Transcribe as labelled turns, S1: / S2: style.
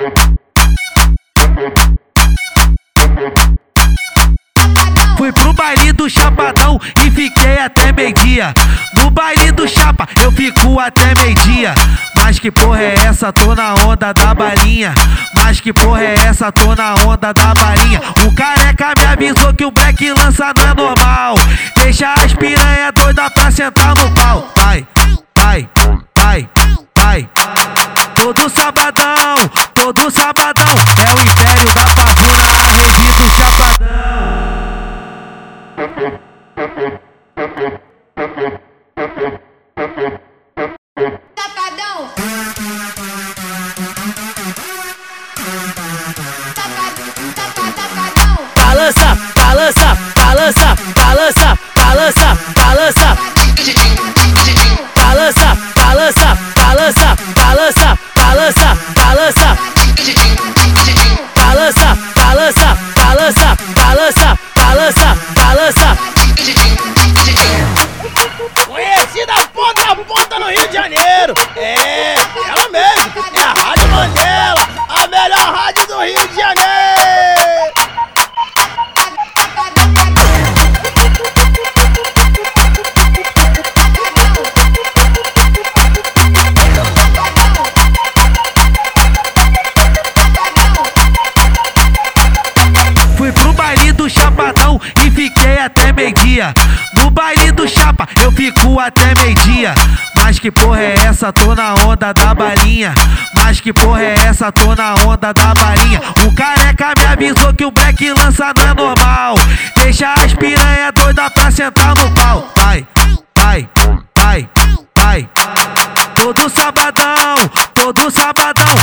S1: Fui pro baile do Chapadão e fiquei até meio-dia. No baile do Chapa eu fico até meio-dia. Mas que porra é essa? Tô na onda da balinha. Mas que porra é essa? Tô na onda da balinha. O careca me avisou que o black lança não é normal. Deixa as piranha doida pra sentar no pau. Vai, vai, vai, vai. Todo sabadão é o império da pavuna, a rede do Chapadão.
S2: Balança, balança, balança, balança, balança, balança. Balança, balança, balança, balança, balança, balança. Balança, balança, balança, balança, balança, balança. Conhecida ponta a ponta no Rio de Janeiro. É, ela mesmo, é a Rádio Mandela, a melhor rádio do Rio de Janeiro.
S1: Fui pro baile do Chapadão e fiquei até meio-dia. No baile do Chapa eu fico até meio-dia. Mas que porra é essa? Tô na onda da balinha. Mas que porra é essa? Tô na onda da balinha. O careca me avisou que o black lança não é normal. Deixa as piranha doida pra sentar no pau. Vai, vai, vai, vai. Todo sabadão